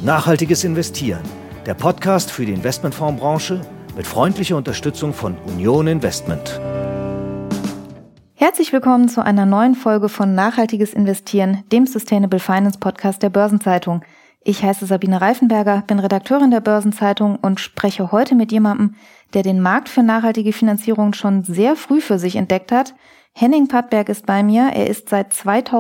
Nachhaltiges Investieren, der Podcast für die Investmentfondsbranche mit freundlicher Unterstützung von Union Investment. Herzlich willkommen zu einer neuen Folge von Nachhaltiges Investieren, dem Sustainable Finance Podcast der Börsenzeitung. Ich heiße Sabine Reifenberger, bin Redakteurin der Börsenzeitung und spreche heute mit jemandem, der den Markt für nachhaltige Finanzierung schon sehr früh für sich entdeckt hat. Henning Padberg ist bei mir. Er ist seit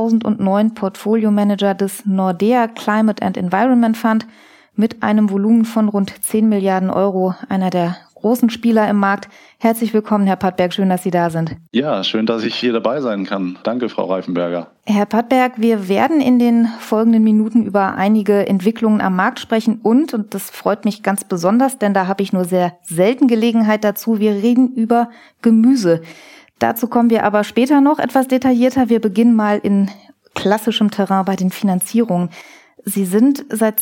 2009 Portfolio-Manager des Nordea Climate and Environment Fund mit einem Volumen von rund 10 Milliarden Euro, einer der großen Spieler im Markt. Herzlich willkommen, Herr Padberg, schön, dass Sie da sind. Ja, schön, dass ich hier dabei sein kann. Danke, Frau Reifenberger. Herr Padberg, wir werden in den folgenden Minuten über einige Entwicklungen am Markt sprechen und das freut mich ganz besonders, denn da habe ich nur sehr selten Gelegenheit dazu, wir reden über Gemüse. Dazu kommen wir aber später noch etwas detaillierter. Wir beginnen mal in klassischem Terrain bei den Finanzierungen. Sie sind seit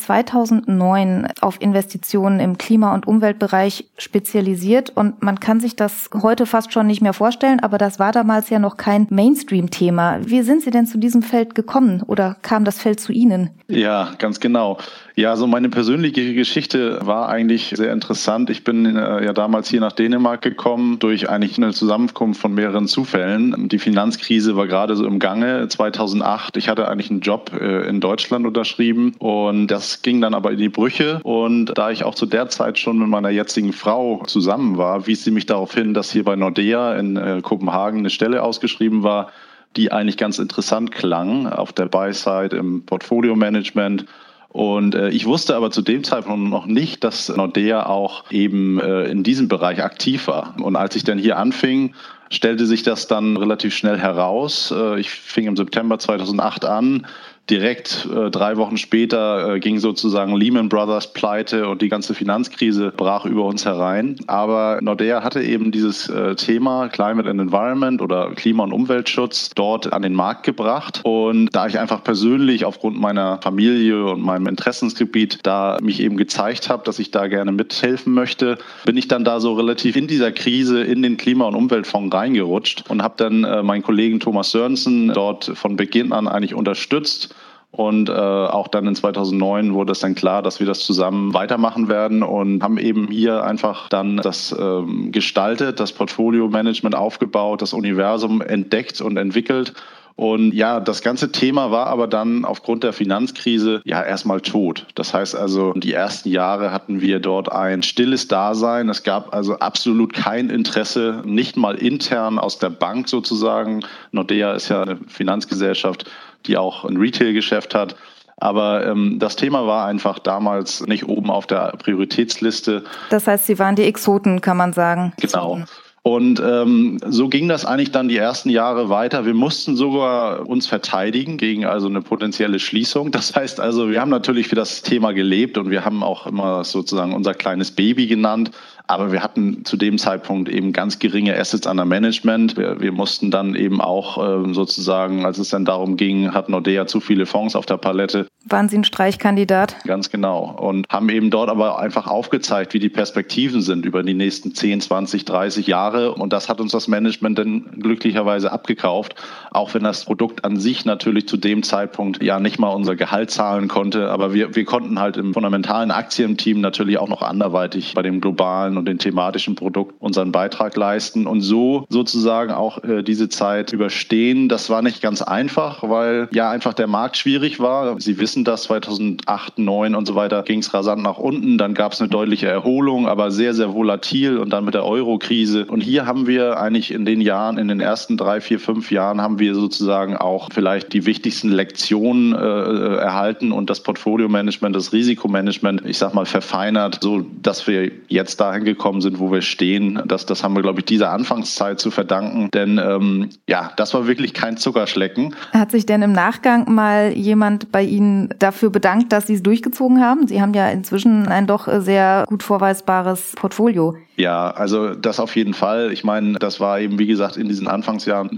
2009 auf Investitionen im Klima- und Umweltbereich spezialisiert und man kann sich das heute fast schon nicht mehr vorstellen, aber das war damals ja noch kein Mainstream-Thema. Wie sind Sie denn zu diesem Feld gekommen oder kam das Feld zu Ihnen? Ja, ganz genau. Ja, so meine persönliche Geschichte war eigentlich sehr interessant. Ich bin ja damals hier nach Dänemark gekommen durch eigentlich eine Zusammenkunft von mehreren Zufällen. Die Finanzkrise war gerade so im Gange 2008. Ich hatte eigentlich einen Job in Deutschland unterschrieben und das ging dann aber in die Brüche. Und da ich auch zu der Zeit schon mit meiner jetzigen Frau zusammen war, wies sie mich darauf hin, dass hier bei Nordea in Kopenhagen eine Stelle ausgeschrieben war, die eigentlich ganz interessant klang auf der Buy-Side im Portfolio-Management. Und ich wusste aber zu dem Zeitpunkt noch nicht, dass Nordea auch eben in diesem Bereich aktiv war. Und als ich dann hier anfing, stellte sich das dann relativ schnell heraus. Ich fing im September 2008 an. Direkt 3 Wochen später ging sozusagen Lehman Brothers pleite und die ganze Finanzkrise brach über uns herein. Aber Nordea hatte eben dieses Thema Climate and Environment oder Klima- und Umweltschutz dort an den Markt gebracht. Und da ich einfach persönlich aufgrund meiner Familie und meinem Interessensgebiet da mich eben gezeigt habe, dass ich da gerne mithelfen möchte, bin ich dann da so relativ in dieser Krise in den Klima- und Umweltfonds reingerutscht und habe dann meinen Kollegen Thomas Sørensen dort von Beginn an eigentlich unterstützt. Und auch dann in 2009 wurde es dann klar, dass wir das zusammen weitermachen werden und haben eben hier einfach dann das gestaltet, das Portfolio-Management aufgebaut, das Universum entdeckt und entwickelt. Und ja, das ganze Thema war aber dann aufgrund der Finanzkrise ja erstmal tot. Das heißt also, die ersten Jahre hatten wir dort ein stilles Dasein. Es gab also absolut kein Interesse, nicht mal intern aus der Bank sozusagen. Nordea ist ja eine Finanzgesellschaft, die auch ein Retail-Geschäft hat. Aber das Thema war einfach damals nicht oben auf der Prioritätsliste. Das heißt, Sie waren die Exoten, kann man sagen. Genau. Und so ging das eigentlich dann die ersten Jahre weiter. Wir mussten sogar uns verteidigen gegen also eine potenzielle Schließung. Das heißt also, wir haben natürlich für das Thema gelebt und wir haben auch immer sozusagen unser kleines Baby genannt. Aber wir hatten zu dem Zeitpunkt eben ganz geringe Assets under Management. Wir mussten dann eben auch sozusagen, als es dann darum ging, hat Nordea zu viele Fonds auf der Palette. Waren Sie ein Streichkandidat? Ganz genau. Und haben eben dort aber einfach aufgezeigt, wie die Perspektiven sind über die nächsten 10, 20, 30 Jahre. Und das hat uns das Management dann glücklicherweise abgekauft. Auch wenn das Produkt an sich natürlich zu dem Zeitpunkt ja nicht mal unser Gehalt zahlen konnte. Aber wir konnten halt im fundamentalen Aktienteam natürlich auch noch anderweitig bei dem globalen und den thematischen Produkt unseren Beitrag leisten und so sozusagen auch diese Zeit überstehen. Das war nicht ganz einfach, weil ja einfach der Markt schwierig war. Sie wissen das, 2008, 2009 und so weiter ging es rasant nach unten. Dann gab es eine deutliche Erholung, aber sehr, sehr volatil und dann mit der Euro-Krise. Und hier haben wir eigentlich in den Jahren, in den ersten 3, 4, 5 Jahren haben wir sozusagen auch vielleicht die wichtigsten Lektionen erhalten und das Portfolio-Management, das Risikomanagement, ich sag mal, verfeinert, so dass wir jetzt dahin gekommen sind, wo wir stehen. Das haben wir, glaube ich, dieser Anfangszeit zu verdanken. Denn ja, das war wirklich kein Zuckerschlecken. Hat sich denn im Nachgang mal jemand bei Ihnen dafür bedankt, dass Sie es durchgezogen haben? Sie haben ja inzwischen ein doch sehr gut vorweisbares Portfolio. Ja, also das auf jeden Fall. Ich meine, das war eben, wie gesagt, in diesen Anfangsjahren.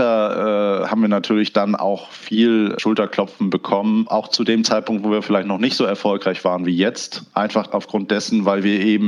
Später haben wir natürlich dann auch viel Schulterklopfen bekommen. Auch zu dem Zeitpunkt, wo wir vielleicht noch nicht so erfolgreich waren wie jetzt. Einfach aufgrund dessen, weil wir eben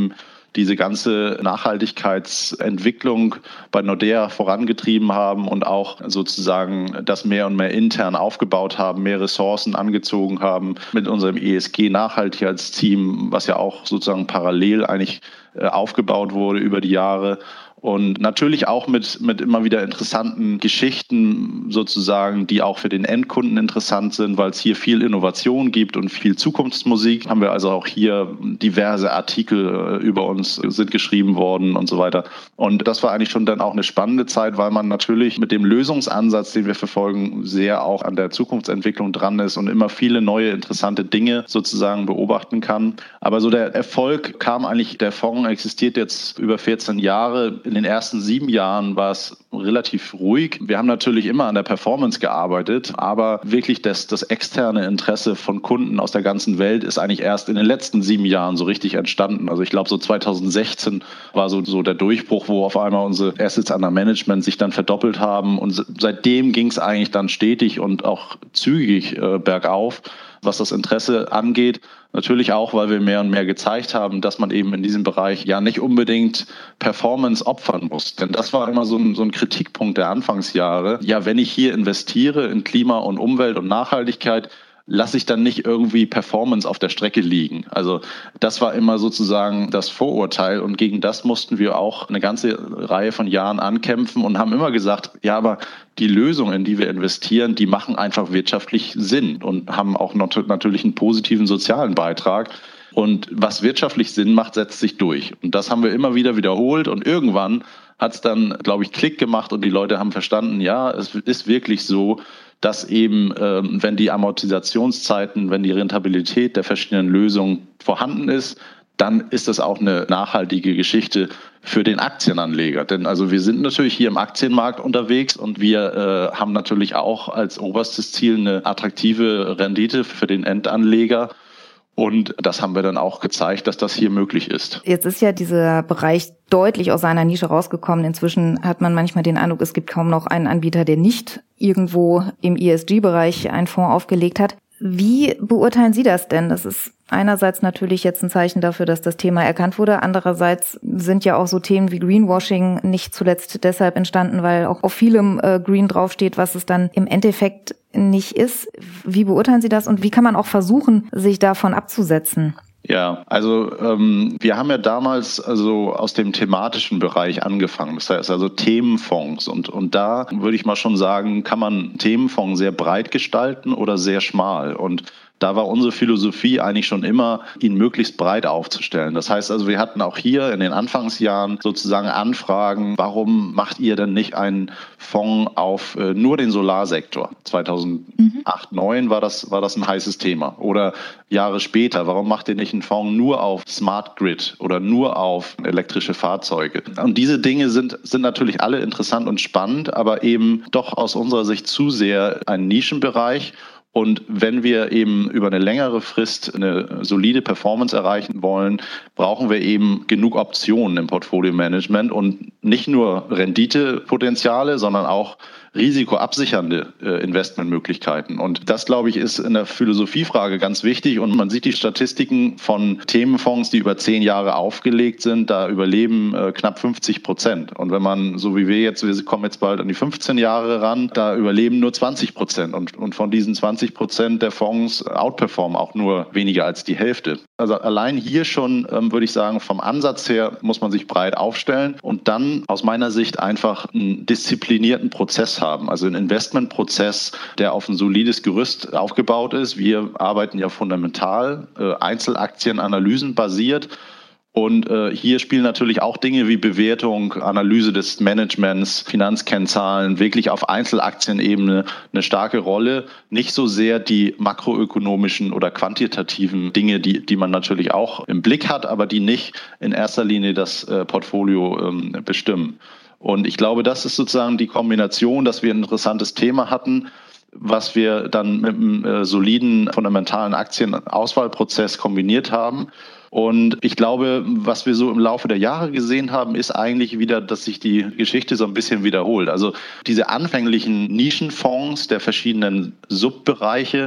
diese ganze Nachhaltigkeitsentwicklung bei Nordea vorangetrieben haben und auch sozusagen das mehr und mehr intern aufgebaut haben, mehr Ressourcen angezogen haben mit unserem ESG-Nachhaltigkeitsteam, was ja auch sozusagen parallel eigentlich aufgebaut wurde über die Jahre. Und natürlich auch mit immer wieder interessanten Geschichten sozusagen, die auch für den Endkunden interessant sind, weil es hier viel Innovation gibt und viel Zukunftsmusik. Haben wir also auch hier diverse Artikel über uns sind geschrieben worden und so weiter. Und das war eigentlich schon dann auch eine spannende Zeit, weil man natürlich mit dem Lösungsansatz, den wir verfolgen, sehr auch an der Zukunftsentwicklung dran ist und immer viele neue interessante Dinge sozusagen beobachten kann. Aber so der Erfolg kam eigentlich, der Fonds existiert jetzt über 14 Jahre. In den ersten 7 Jahren war es relativ ruhig. Wir haben natürlich immer an der Performance gearbeitet, aber wirklich das externe Interesse von Kunden aus der ganzen Welt ist eigentlich erst in den letzten 7 Jahren so richtig entstanden. Also ich glaube, so 2016 war so der Durchbruch, wo auf einmal unsere Assets under Management sich dann verdoppelt haben. Und seitdem ging es eigentlich dann stetig und auch zügig bergauf, was das Interesse angeht. Natürlich auch, weil wir mehr und mehr gezeigt haben, dass man eben in diesem Bereich ja nicht unbedingt Performance opfern muss. Denn das war immer so ein Kritikpunkt der Anfangsjahre. Ja, wenn ich hier investiere in Klima und Umwelt und Nachhaltigkeit, lasse ich dann nicht irgendwie Performance auf der Strecke liegen. Also das war immer sozusagen das Vorurteil und gegen das mussten wir auch eine ganze Reihe von Jahren ankämpfen und haben immer gesagt, ja, aber die Lösungen, in die wir investieren, die machen einfach wirtschaftlich Sinn und haben auch natürlich einen positiven sozialen Beitrag. Und was wirtschaftlich Sinn macht, setzt sich durch. Und das haben wir immer wieder wiederholt und irgendwann hat es dann, glaube ich, Klick gemacht und die Leute haben verstanden, ja, es ist wirklich so, dass eben, wenn die Amortisationszeiten, wenn die Rentabilität der verschiedenen Lösungen vorhanden ist, dann ist das auch eine nachhaltige Geschichte für den Aktienanleger. Denn also wir sind natürlich hier im Aktienmarkt unterwegs und wir haben natürlich auch als oberstes Ziel eine attraktive Rendite für den Endanleger. Und das haben wir dann auch gezeigt, dass das hier möglich ist. Jetzt ist ja dieser Bereich deutlich aus seiner Nische rausgekommen. Inzwischen hat man manchmal den Eindruck, es gibt kaum noch einen Anbieter, der nicht irgendwo im ESG-Bereich einen Fonds aufgelegt hat. Wie beurteilen Sie das denn? Das ist einerseits natürlich jetzt ein Zeichen dafür, dass das Thema erkannt wurde. Andererseits sind ja auch so Themen wie Greenwashing nicht zuletzt deshalb entstanden, weil auch auf vielem Green draufsteht, was es dann im Endeffekt nicht ist. Wie beurteilen Sie das und wie kann man auch versuchen, sich davon abzusetzen? Ja, also wir haben ja damals also aus dem thematischen Bereich angefangen, das heißt also Themenfonds und da würde ich mal schon sagen, kann man Themenfonds sehr breit gestalten oder sehr schmal und da war unsere Philosophie eigentlich schon immer, ihn möglichst breit aufzustellen. Das heißt also, wir hatten auch hier in den Anfangsjahren sozusagen Anfragen, warum macht ihr denn nicht einen Fonds auf nur den Solarsektor? 2008, 2009 war das ein heißes Thema. Oder Jahre später, warum macht ihr nicht einen Fonds nur auf Smart Grid oder nur auf elektrische Fahrzeuge? Und diese Dinge sind natürlich alle interessant und spannend, aber eben doch aus unserer Sicht zu sehr ein Nischenbereich. Und wenn wir eben über eine längere Frist eine solide Performance erreichen wollen, brauchen wir eben genug Optionen im Portfolio-Management und nicht nur Renditepotenziale, sondern auch risikoabsichernde Investmentmöglichkeiten. Und das, glaube ich, ist in der Philosophiefrage ganz wichtig. Und man sieht die Statistiken von Themenfonds, die über 10 Jahre aufgelegt sind, da überleben knapp 50%. Und wenn man, so wie wir kommen jetzt bald an die 15 Jahre ran, da überleben nur 20%. Und von diesen 20% der Fonds outperformen auch nur weniger als die Hälfte. Also allein hier schon, würde ich sagen, vom Ansatz her muss man sich breit aufstellen und dann aus meiner Sicht einfach einen disziplinierten Prozess haben. Also ein Investmentprozess, der auf ein solides Gerüst aufgebaut ist. Wir arbeiten ja fundamental, Einzelaktienanalysen basiert. Und hier spielen natürlich auch Dinge wie Bewertung, Analyse des Managements, Finanzkennzahlen wirklich auf Einzelaktienebene eine starke Rolle. Nicht so sehr die makroökonomischen oder quantitativen Dinge, die man natürlich auch im Blick hat, aber die nicht in erster Linie das Portfolio bestimmen. Und ich glaube, das ist sozusagen die Kombination, dass wir ein interessantes Thema hatten, was wir dann mit einem soliden, fundamentalen Aktienauswahlprozess kombiniert haben. Und ich glaube, was wir so im Laufe der Jahre gesehen haben, ist eigentlich wieder, dass sich die Geschichte so ein bisschen wiederholt. Also diese anfänglichen Nischenfonds der verschiedenen Subbereiche,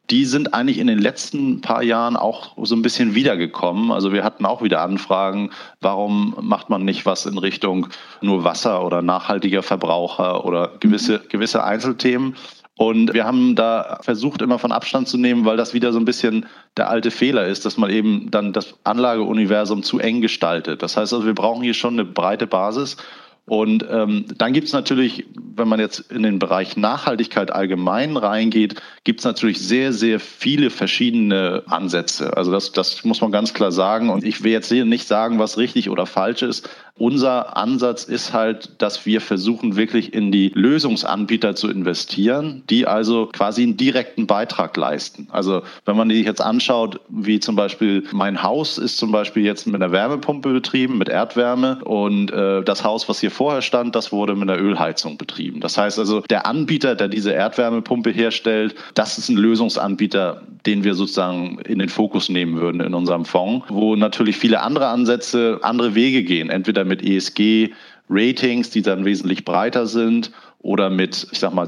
die sind eigentlich in den letzten paar Jahren auch so ein bisschen wiedergekommen. Also wir hatten auch wieder Anfragen, warum macht man nicht was in Richtung nur Wasser oder nachhaltiger Verbraucher oder gewisse Einzelthemen. Und wir haben da versucht, immer von Abstand zu nehmen, weil das wieder so ein bisschen der alte Fehler ist, dass man eben dann das Anlageuniversum zu eng gestaltet. Das heißt also, wir brauchen hier schon eine breite Basis. Und dann gibt es natürlich, wenn man jetzt in den Bereich Nachhaltigkeit allgemein reingeht, gibt es natürlich sehr, sehr viele verschiedene Ansätze. Also das muss man ganz klar sagen. Und ich will jetzt hier nicht sagen, was richtig oder falsch ist. Unser Ansatz ist halt, dass wir versuchen, wirklich in die Lösungsanbieter zu investieren, die also quasi einen direkten Beitrag leisten. Also wenn man sich jetzt anschaut, wie zum Beispiel mein Haus ist zum Beispiel jetzt mit einer Wärmepumpe betrieben, mit Erdwärme, und das Haus, was hier vorher stand, das wurde mit einer Ölheizung betrieben. Das heißt also, der Anbieter, der diese Erdwärmepumpe herstellt, das ist ein Lösungsanbieter, den wir sozusagen in den Fokus nehmen würden in unserem Fonds, wo natürlich viele andere Ansätze, andere Wege gehen, entweder mit ESG-Ratings, die dann wesentlich breiter sind, oder mit, ich sag mal,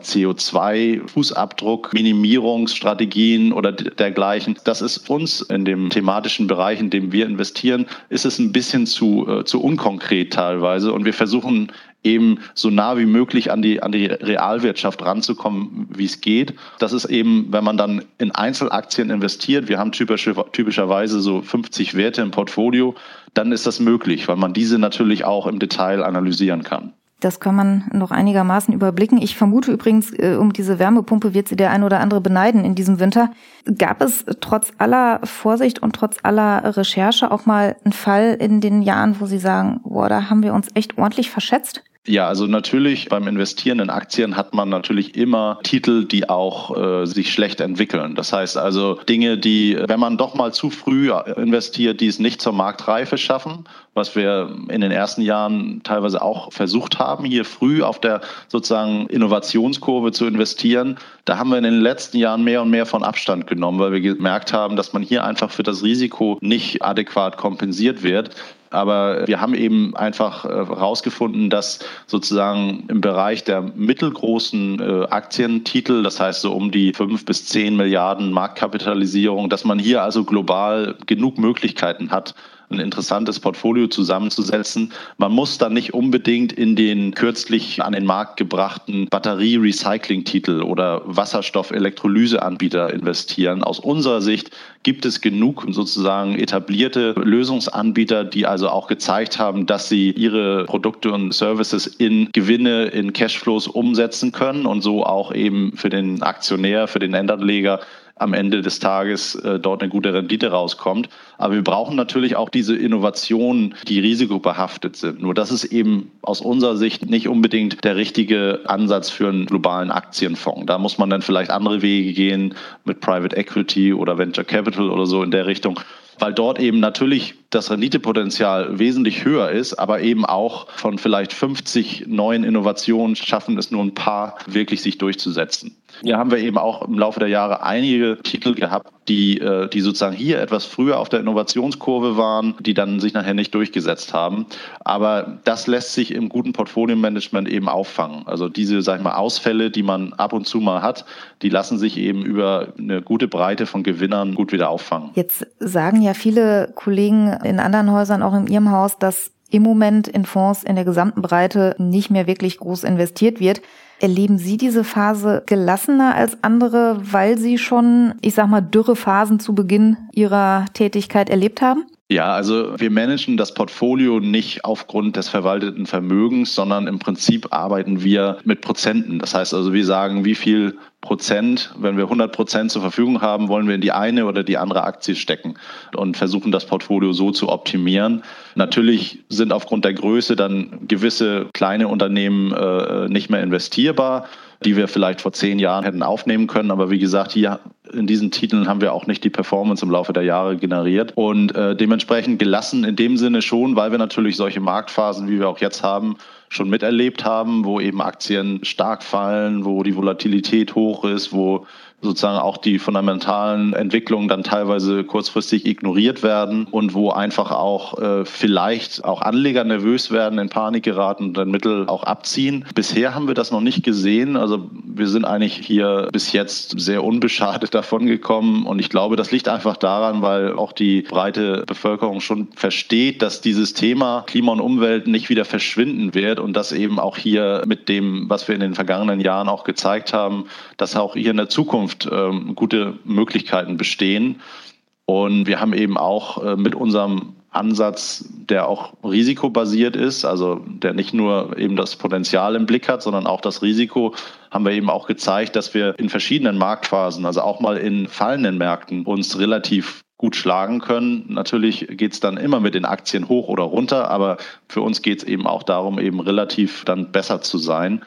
CO2-Fußabdruck, Minimierungsstrategien oder dergleichen. Das ist uns in dem thematischen Bereich, in dem wir investieren, ist es ein bisschen zu unkonkret teilweise. Und wir versuchen eben so nah wie möglich an die Realwirtschaft ranzukommen, wie es geht. Das ist eben, wenn man dann in Einzelaktien investiert, wir haben typischerweise so 50 Werte im Portfolio, dann ist das möglich, weil man diese natürlich auch im Detail analysieren kann. Das kann man noch einigermaßen überblicken. Ich vermute übrigens, um diese Wärmepumpe wird sie der ein oder andere beneiden in diesem Winter. Gab es trotz aller Vorsicht und trotz aller Recherche auch mal einen Fall in den Jahren, wo Sie sagen, boah, da haben wir uns echt ordentlich verschätzt? Ja, also natürlich beim Investieren in Aktien hat man natürlich immer Titel, die auch sich schlecht entwickeln. Das heißt also Dinge, die, wenn man doch mal zu früh investiert, die es nicht zur Marktreife schaffen, was wir in den ersten Jahren teilweise auch versucht haben, hier früh auf der sozusagen Innovationskurve zu investieren. Da haben wir in den letzten Jahren mehr und mehr von Abstand genommen, weil wir gemerkt haben, dass man hier einfach für das Risiko nicht adäquat kompensiert wird. Aber wir haben eben einfach herausgefunden, dass sozusagen im Bereich der mittelgroßen Aktientitel, das heißt so um die 5 bis 10 Milliarden Marktkapitalisierung, dass man hier also global genug Möglichkeiten hat, ein interessantes Portfolio zusammenzusetzen. Man muss dann nicht unbedingt in den kürzlich an den Markt gebrachten Batterie-Recycling-Titel oder Wasserstoff-Elektrolyse-Anbieter investieren. Aus unserer Sicht gibt es genug sozusagen etablierte Lösungsanbieter, die also auch gezeigt haben, dass sie ihre Produkte und Services in Gewinne, in Cashflows umsetzen können und so auch eben für den Aktionär, für den Endanleger am Ende des Tages dort eine gute Rendite rauskommt. Aber wir brauchen natürlich auch diese Innovationen, die risikobehaftet sind. Nur das ist eben aus unserer Sicht nicht unbedingt der richtige Ansatz für einen globalen Aktienfonds. Da muss man dann vielleicht andere Wege gehen mit Private Equity oder Venture Capital oder so in der Richtung, weil dort eben natürlich das Renditepotenzial wesentlich höher ist, aber eben auch von vielleicht 50 neuen Innovationen schaffen es nur ein paar wirklich sich durchzusetzen. Hier haben wir eben auch im Laufe der Jahre einige Titel gehabt, die sozusagen hier etwas früher auf der Innovationskurve waren, die dann sich nachher nicht durchgesetzt haben. Aber das lässt sich im guten Portfolio-Management eben auffangen. Also diese, sag ich mal, Ausfälle, die man ab und zu mal hat, die lassen sich eben über eine gute Breite von Gewinnern gut wieder auffangen. Jetzt sagen ja viele Kollegen in anderen Häusern, auch in Ihrem Haus, dass im Moment in Fonds in der gesamten Breite nicht mehr wirklich groß investiert wird. Erleben Sie diese Phase gelassener als andere, weil Sie schon, ich sag mal, dürre Phasen zu Beginn Ihrer Tätigkeit erlebt haben? Ja, also wir managen das Portfolio nicht aufgrund des verwalteten Vermögens, sondern im Prinzip arbeiten wir mit Prozenten. Das heißt also, wir sagen, wie viel Prozent, wenn wir 100% zur Verfügung haben, wollen wir in die eine oder die andere Aktie stecken und versuchen, das Portfolio so zu optimieren. Natürlich sind aufgrund der Größe dann gewisse kleine Unternehmen nicht mehr investierbar, die wir vielleicht vor 10 Jahren hätten aufnehmen können. Aber wie gesagt, hier in diesen Titeln haben wir auch nicht die Performance im Laufe der Jahre generiert. Und dementsprechend gelassen in dem Sinne schon, weil wir natürlich solche Marktphasen, wie wir auch jetzt haben, schon miterlebt haben, wo eben Aktien stark fallen, wo die Volatilität hoch ist, wo sozusagen auch die fundamentalen Entwicklungen dann teilweise kurzfristig ignoriert werden und wo einfach auch vielleicht auch Anleger nervös werden, in Panik geraten und dann Mittel auch abziehen. Bisher haben wir das noch nicht gesehen. Also wir sind eigentlich hier bis jetzt sehr unbeschadet davon gekommen. Und ich glaube, das liegt einfach daran, weil auch die breite Bevölkerung schon versteht, dass dieses Thema Klima und Umwelt nicht wieder verschwinden wird und dass eben auch hier mit dem, was wir in den vergangenen Jahren auch gezeigt haben, dass auch hier in der Zukunft gute Möglichkeiten bestehen. Und wir haben eben auch mit unserem Ansatz, der auch risikobasiert ist, also der nicht nur eben das Potenzial im Blick hat, sondern auch das Risiko, haben wir eben auch gezeigt, dass wir in verschiedenen Marktphasen, also auch mal in fallenden Märkten, uns relativ gut schlagen können. Natürlich geht es dann immer mit den Aktien hoch oder runter, aber für uns geht es eben auch darum, eben relativ dann besser zu sein.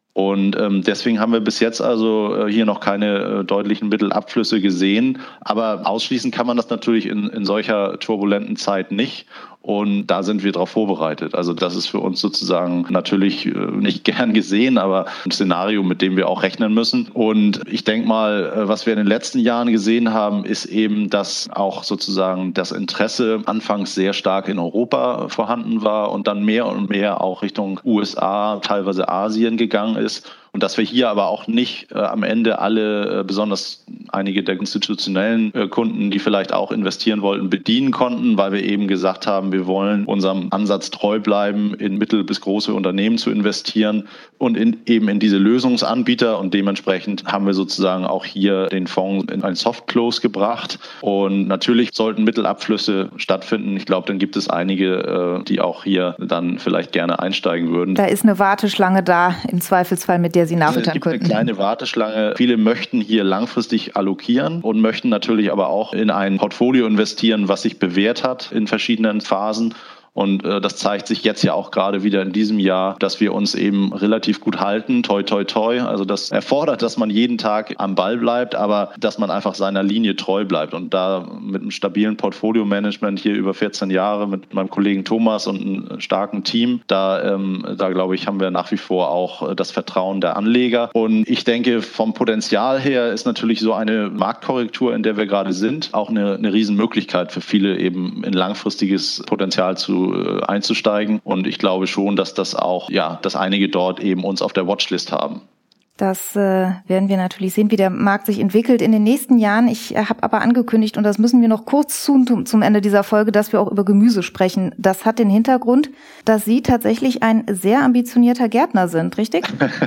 Und deswegen haben wir bis jetzt also hier noch keine deutlichen Mittelabflüsse gesehen. Aber ausschließen kann man das natürlich in solcher turbulenten Zeit nicht. Und da sind wir darauf vorbereitet. Also das ist für uns sozusagen natürlich nicht gern gesehen, aber ein Szenario, mit dem wir auch rechnen müssen. Und ich denke mal, was wir in den letzten Jahren gesehen haben, ist eben, dass auch sozusagen das Interesse anfangs sehr stark in Europa vorhanden war und dann mehr und mehr auch Richtung USA, teilweise Asien gegangen ist. Und dass wir hier aber auch nicht am Ende alle, besonders einige der institutionellen Kunden, die vielleicht auch investieren wollten, bedienen konnten, weil wir eben gesagt haben, wir wollen unserem Ansatz treu bleiben, in mittel- bis große Unternehmen zu investieren und eben in diese Lösungsanbieter. Und dementsprechend haben wir sozusagen auch hier den Fonds in ein Soft-Close gebracht. Und natürlich sollten Mittelabflüsse stattfinden. Ich glaube, dann gibt es einige, die auch hier dann vielleicht gerne einsteigen würden. Da ist eine Warteschlange da, im Zweifelsfall, mit der Sie nachfüttern könnten. Es gibt eine kleine Warteschlange. Viele möchten hier langfristig allokieren und möchten natürlich aber auch in ein Portfolio investieren, was sich bewährt hat in verschiedenen Phasen. Und das zeigt sich jetzt ja auch gerade wieder in diesem Jahr, dass wir uns eben relativ gut halten. Toi, toi, toi. Also das erfordert, dass man jeden Tag am Ball bleibt, aber dass man einfach seiner Linie treu bleibt. Und da mit einem stabilen Portfolio-Management hier über 14 Jahre mit meinem Kollegen Thomas und einem starken Team, da glaube ich, haben wir nach wie vor auch das Vertrauen der Anleger. Und ich denke, vom Potenzial her ist natürlich so eine Marktkorrektur, in der wir gerade sind, auch eine Riesenmöglichkeit für viele eben in langfristiges Potenzial einzusteigen. Und ich glaube schon, dass das auch, dass einige dort eben uns auf der Watchlist haben. Das werden wir natürlich sehen, wie der Markt sich entwickelt in den nächsten Jahren. Ich habe aber angekündigt, und das müssen wir noch kurz zum Ende dieser Folge, dass wir auch über Gemüse sprechen. Das hat den Hintergrund, dass Sie tatsächlich ein sehr ambitionierter Gärtner sind, richtig?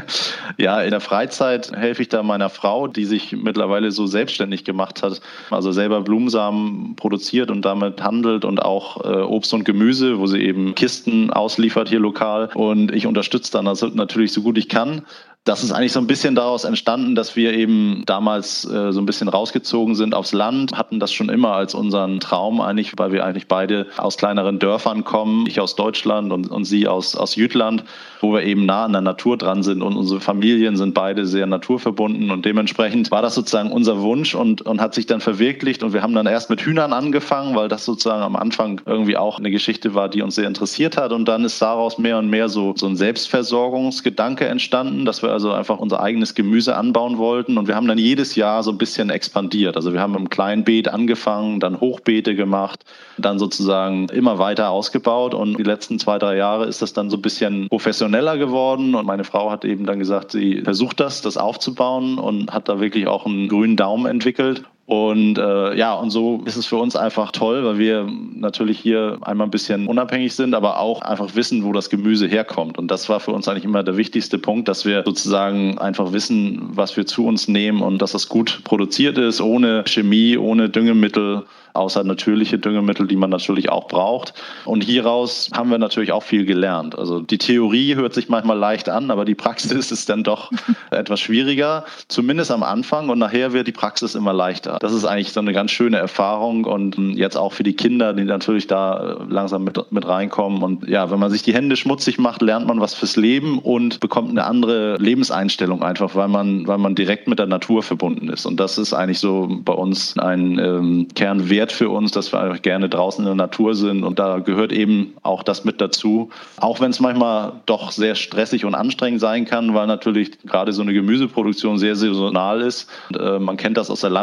Ja, in der Freizeit helfe ich da meiner Frau, die sich mittlerweile so selbstständig gemacht hat, also selber Blumensamen produziert und damit handelt und auch Obst und Gemüse, wo sie eben Kisten ausliefert hier lokal. Und ich unterstütze dann also natürlich so gut ich kann. Das ist eigentlich so ein bisschen daraus entstanden, dass wir eben damals so ein bisschen rausgezogen sind aufs Land, hatten das schon immer als unseren Traum eigentlich, weil wir eigentlich beide aus kleineren Dörfern kommen, ich aus Deutschland und sie aus Jütland, wo wir eben nah an der Natur dran sind und unsere Familien sind beide sehr naturverbunden und dementsprechend war das sozusagen unser Wunsch und hat sich dann verwirklicht und wir haben dann erst mit Hühnern angefangen, weil das sozusagen am Anfang irgendwie auch eine Geschichte war, die uns sehr interessiert hat und dann ist daraus mehr und mehr so ein Selbstversorgungsgedanke entstanden, dass wir also einfach unser eigenes Gemüse anbauen wollten und wir haben dann jedes Jahr so ein bisschen expandiert. Also wir haben im Kleinbeet angefangen, dann Hochbeete gemacht, dann sozusagen immer weiter ausgebaut und die letzten 2-3 Jahre ist das dann so ein bisschen professioneller geworden und meine Frau hat eben dann gesagt, sie versucht das aufzubauen und hat da wirklich auch einen grünen Daumen entwickelt. Und und so ist es für uns einfach toll, weil wir natürlich hier einmal ein bisschen unabhängig sind, aber auch einfach wissen, wo das Gemüse herkommt. Und das war für uns eigentlich immer der wichtigste Punkt, dass wir sozusagen einfach wissen, was wir zu uns nehmen und dass das gut produziert ist, ohne Chemie, ohne Düngemittel, außer natürliche Düngemittel, die man natürlich auch braucht. Und hieraus haben wir natürlich auch viel gelernt. Also die Theorie hört sich manchmal leicht an, aber die Praxis ist dann doch etwas schwieriger, zumindest am Anfang und nachher wird die Praxis immer leichter. Das ist eigentlich so eine ganz schöne Erfahrung und jetzt auch für die Kinder, die natürlich da langsam mit reinkommen. Und ja, wenn man sich die Hände schmutzig macht, lernt man was fürs Leben und bekommt eine andere Lebenseinstellung einfach, weil man direkt mit der Natur verbunden ist. Und das ist eigentlich so bei uns ein Kernwert für uns, dass wir einfach gerne draußen in der Natur sind und da gehört eben auch das mit dazu. Auch wenn es manchmal doch sehr stressig und anstrengend sein kann, weil natürlich gerade so eine Gemüseproduktion sehr saisonal ist. Und, man kennt das aus der Landwirtschaft.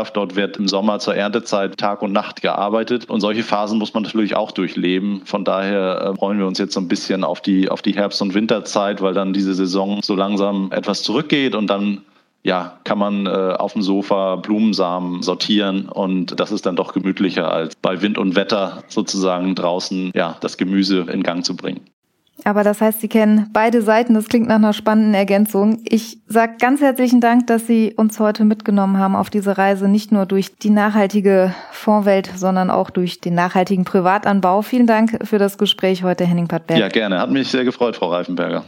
Wirtschaft. Dort wird im Sommer zur Erntezeit Tag und Nacht gearbeitet. Und solche Phasen muss man natürlich auch durchleben. Von daher freuen wir uns jetzt so ein bisschen auf die Herbst- und Winterzeit, weil dann diese Saison so langsam etwas zurückgeht und dann kann man auf dem Sofa Blumensamen sortieren und das ist dann doch gemütlicher, als bei Wind und Wetter sozusagen draußen das Gemüse in Gang zu bringen. Aber das heißt, Sie kennen beide Seiten. Das klingt nach einer spannenden Ergänzung. Ich sage ganz herzlichen Dank, dass Sie uns heute mitgenommen haben auf diese Reise, nicht nur durch die nachhaltige Fondswelt, sondern auch durch den nachhaltigen Privatanbau. Vielen Dank für das Gespräch heute, Henning Padberg. Ja, gerne. Hat mich sehr gefreut, Frau Reifenberger.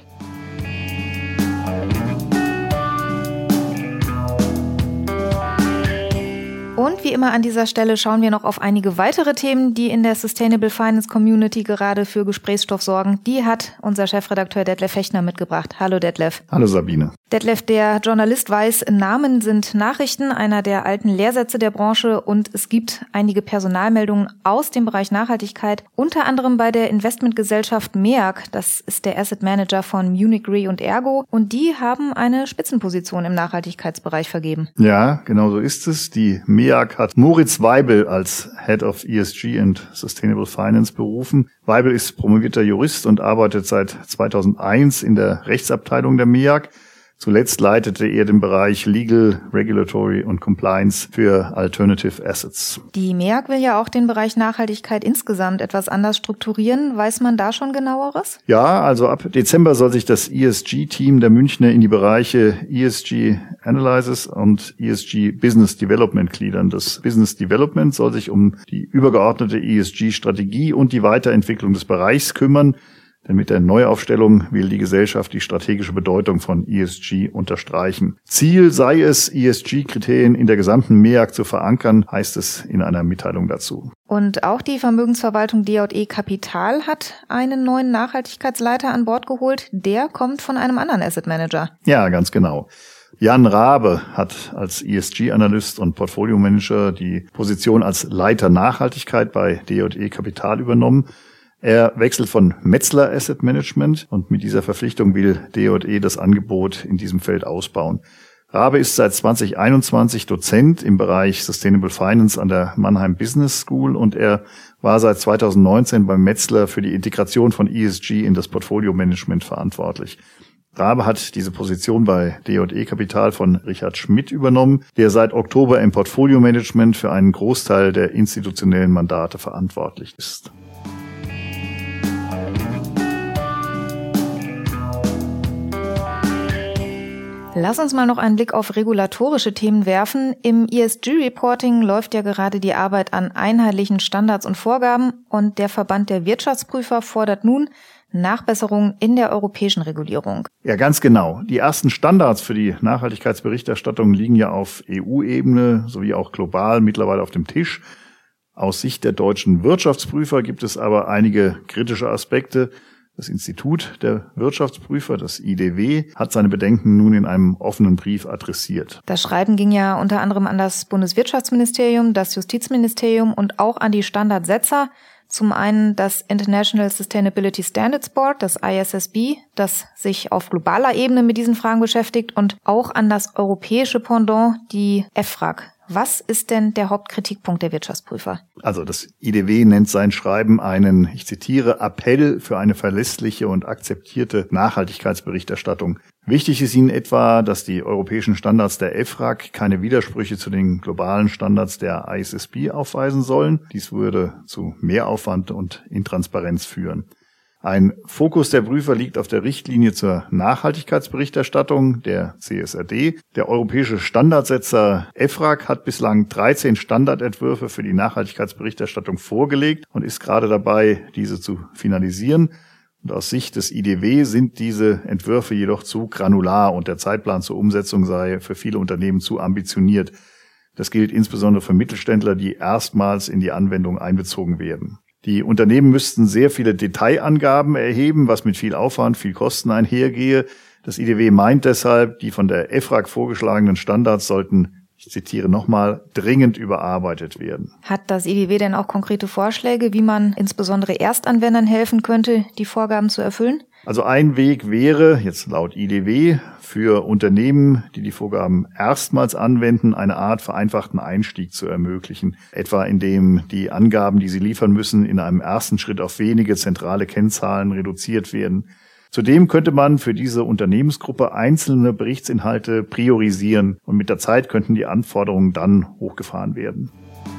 Und wie immer an dieser Stelle schauen wir noch auf einige weitere Themen, die in der Sustainable Finance Community gerade für Gesprächsstoff sorgen. Die hat unser Chefredakteur Detlef Fechner mitgebracht. Hallo Detlef. Hallo Sabine. Detlef, der Journalist weiß, Namen sind Nachrichten, einer der alten Lehrsätze der Branche, und es gibt einige Personalmeldungen aus dem Bereich Nachhaltigkeit, unter anderem bei der Investmentgesellschaft MEAG, das ist der Asset Manager von Munich Re und Ergo, und die haben eine Spitzenposition im Nachhaltigkeitsbereich vergeben. Ja, genau so ist es. Die MEAG hat Moritz Weibel als Head of ESG and Sustainable Finance berufen. Weibel ist promovierter Jurist und arbeitet seit 2001 in der Rechtsabteilung der MEAG. Zuletzt leitete er den Bereich Legal, Regulatory und Compliance für Alternative Assets. Die MEAG will ja auch den Bereich Nachhaltigkeit insgesamt etwas anders strukturieren. Weiß man da schon Genaueres? Ja, also ab Dezember soll sich das ESG-Team der Münchner in die Bereiche ESG Analysis und ESG Business Development gliedern. Das Business Development soll sich um die übergeordnete ESG-Strategie und die Weiterentwicklung des Bereichs kümmern. Denn mit der Neuaufstellung will die Gesellschaft die strategische Bedeutung von ESG unterstreichen. Ziel sei es, ESG-Kriterien in der gesamten MEAG zu verankern, heißt es in einer Mitteilung dazu. Und auch die Vermögensverwaltung D&E Kapital hat einen neuen Nachhaltigkeitsleiter an Bord geholt. Der kommt von einem anderen Asset Manager. Ja, ganz genau. Jan Rabe hat als ESG-Analyst und Portfolio-Manager die Position als Leiter Nachhaltigkeit bei D&E Kapital übernommen. Er wechselt von Metzler Asset Management und mit dieser Verpflichtung will D&E das Angebot in diesem Feld ausbauen. Rabe ist seit 2021 Dozent im Bereich Sustainable Finance an der Mannheim Business School und er war seit 2019 beim Metzler für die Integration von ESG in das Portfolio-Management verantwortlich. Rabe hat diese Position bei D&E Kapital von Richard Schmidt übernommen, der seit Oktober im Portfolio-Management für einen Großteil der institutionellen Mandate verantwortlich ist. Lass uns mal noch einen Blick auf regulatorische Themen werfen. Im ESG-Reporting läuft ja gerade die Arbeit an einheitlichen Standards und Vorgaben und der Verband der Wirtschaftsprüfer fordert nun Nachbesserungen in der europäischen Regulierung. Ja, ganz genau. Die ersten Standards für die Nachhaltigkeitsberichterstattung liegen ja auf EU-Ebene sowie auch global mittlerweile auf dem Tisch. Aus Sicht der deutschen Wirtschaftsprüfer gibt es aber einige kritische Aspekte. Das Institut der Wirtschaftsprüfer, das IDW, hat seine Bedenken nun in einem offenen Brief adressiert. Das Schreiben ging ja unter anderem an das Bundeswirtschaftsministerium, das Justizministerium und auch an die Standardsetzer. Zum einen das International Sustainability Standards Board, das ISSB, das sich auf globaler Ebene mit diesen Fragen beschäftigt, und auch an das europäische Pendant, die EFRAG. Was ist denn der Hauptkritikpunkt der Wirtschaftsprüfer? Also das IDW nennt sein Schreiben einen, ich zitiere, Appell für eine verlässliche und akzeptierte Nachhaltigkeitsberichterstattung. Wichtig ist ihnen etwa, dass die europäischen Standards der EFRAG keine Widersprüche zu den globalen Standards der ISSB aufweisen sollen. Dies würde zu Mehraufwand und Intransparenz führen. Ein Fokus der Prüfer liegt auf der Richtlinie zur Nachhaltigkeitsberichterstattung, der CSRD. Der europäische Standardsetzer EFRAG hat bislang 13 Standardentwürfe für die Nachhaltigkeitsberichterstattung vorgelegt und ist gerade dabei, diese zu finalisieren. Und aus Sicht des IDW sind diese Entwürfe jedoch zu granular und der Zeitplan zur Umsetzung sei für viele Unternehmen zu ambitioniert. Das gilt insbesondere für Mittelständler, die erstmals in die Anwendung einbezogen werden. Die Unternehmen müssten sehr viele Detailangaben erheben, was mit viel Aufwand, viel Kosten einhergehe. Das IDW meint deshalb, die von der EFRAG vorgeschlagenen Standards sollten ich zitiere nochmal, dringend überarbeitet werden. Hat das IDW denn auch konkrete Vorschläge, wie man insbesondere Erstanwendern helfen könnte, die Vorgaben zu erfüllen? Also ein Weg wäre, jetzt laut IDW, für Unternehmen, die die Vorgaben erstmals anwenden, eine Art vereinfachten Einstieg zu ermöglichen. Etwa indem die Angaben, die sie liefern müssen, in einem ersten Schritt auf wenige zentrale Kennzahlen reduziert werden. Zudem könnte man für diese Unternehmensgruppe einzelne Berichtsinhalte priorisieren und mit der Zeit könnten die Anforderungen dann hochgefahren werden.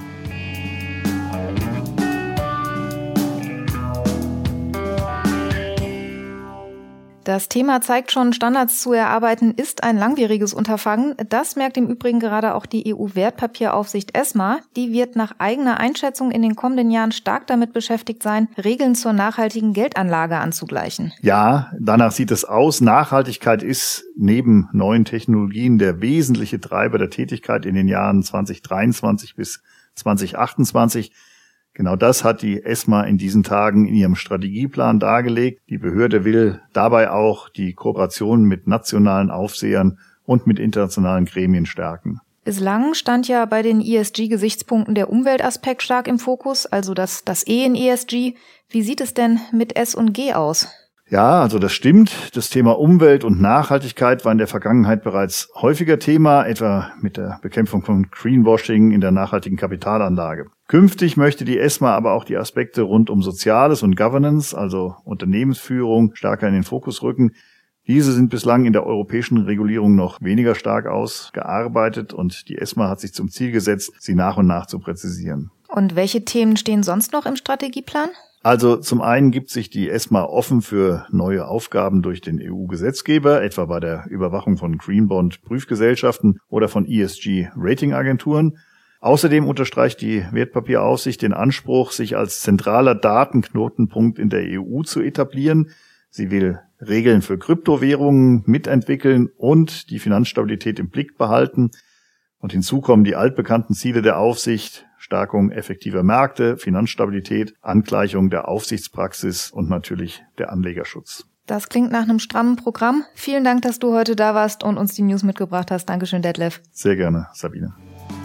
Das Thema zeigt schon, Standards zu erarbeiten ist ein langwieriges Unterfangen. Das merkt im Übrigen gerade auch die EU-Wertpapieraufsicht ESMA. Die wird nach eigener Einschätzung in den kommenden Jahren stark damit beschäftigt sein, Regeln zur nachhaltigen Geldanlage anzugleichen. Ja, danach sieht es aus. Nachhaltigkeit ist neben neuen Technologien der wesentliche Treiber der Tätigkeit in den Jahren 2023 bis 2028. Genau das hat die ESMA in diesen Tagen in ihrem Strategieplan dargelegt. Die Behörde will dabei auch die Kooperation mit nationalen Aufsehern und mit internationalen Gremien stärken. Bislang stand ja bei den ESG-Gesichtspunkten der Umweltaspekt stark im Fokus, also das E in ESG. Wie sieht es denn mit S und G aus? Ja, also das stimmt. Das Thema Umwelt und Nachhaltigkeit war in der Vergangenheit bereits häufiger Thema, etwa mit der Bekämpfung von Greenwashing in der nachhaltigen Kapitalanlage. Künftig möchte die ESMA aber auch die Aspekte rund um Soziales und Governance, also Unternehmensführung, stärker in den Fokus rücken. Diese sind bislang in der europäischen Regulierung noch weniger stark ausgearbeitet und die ESMA hat sich zum Ziel gesetzt, sie nach und nach zu präzisieren. Und welche Themen stehen sonst noch im Strategieplan? Also zum einen gibt sich die ESMA offen für neue Aufgaben durch den EU-Gesetzgeber, etwa bei der Überwachung von Green-Bond-Prüfgesellschaften oder von ESG-Ratingagenturen. Außerdem unterstreicht die Wertpapieraufsicht den Anspruch, sich als zentraler Datenknotenpunkt in der EU zu etablieren. Sie will Regeln für Kryptowährungen mitentwickeln und die Finanzstabilität im Blick behalten. Und hinzu kommen die altbekannten Ziele der Aufsicht: Stärkung effektiver Märkte, Finanzstabilität, Angleichung der Aufsichtspraxis und natürlich der Anlegerschutz. Das klingt nach einem strammen Programm. Vielen Dank, dass du heute da warst und uns die News mitgebracht hast. Dankeschön, Detlef. Sehr gerne, Sabine.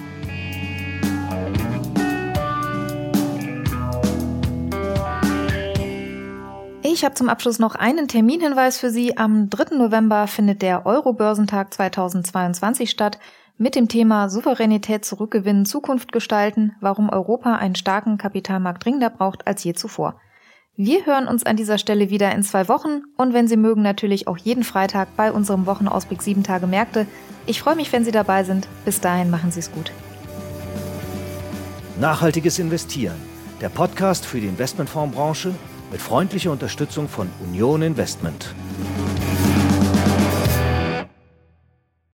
Ich habe zum Abschluss noch einen Terminhinweis für Sie. Am 3. November findet der Euro-Börsentag 2022 statt mit dem Thema Souveränität zurückgewinnen, Zukunft gestalten, warum Europa einen starken Kapitalmarkt dringender braucht als je zuvor. Wir hören uns an dieser Stelle wieder in 2 Wochen und wenn Sie mögen, natürlich auch jeden Freitag bei unserem Wochenausblick 7 Tage Märkte. Ich freue mich, wenn Sie dabei sind. Bis dahin, machen Sie es gut. Nachhaltiges Investieren, der Podcast für die Investmentfondsbranche mit freundlicher Unterstützung von Union Investment.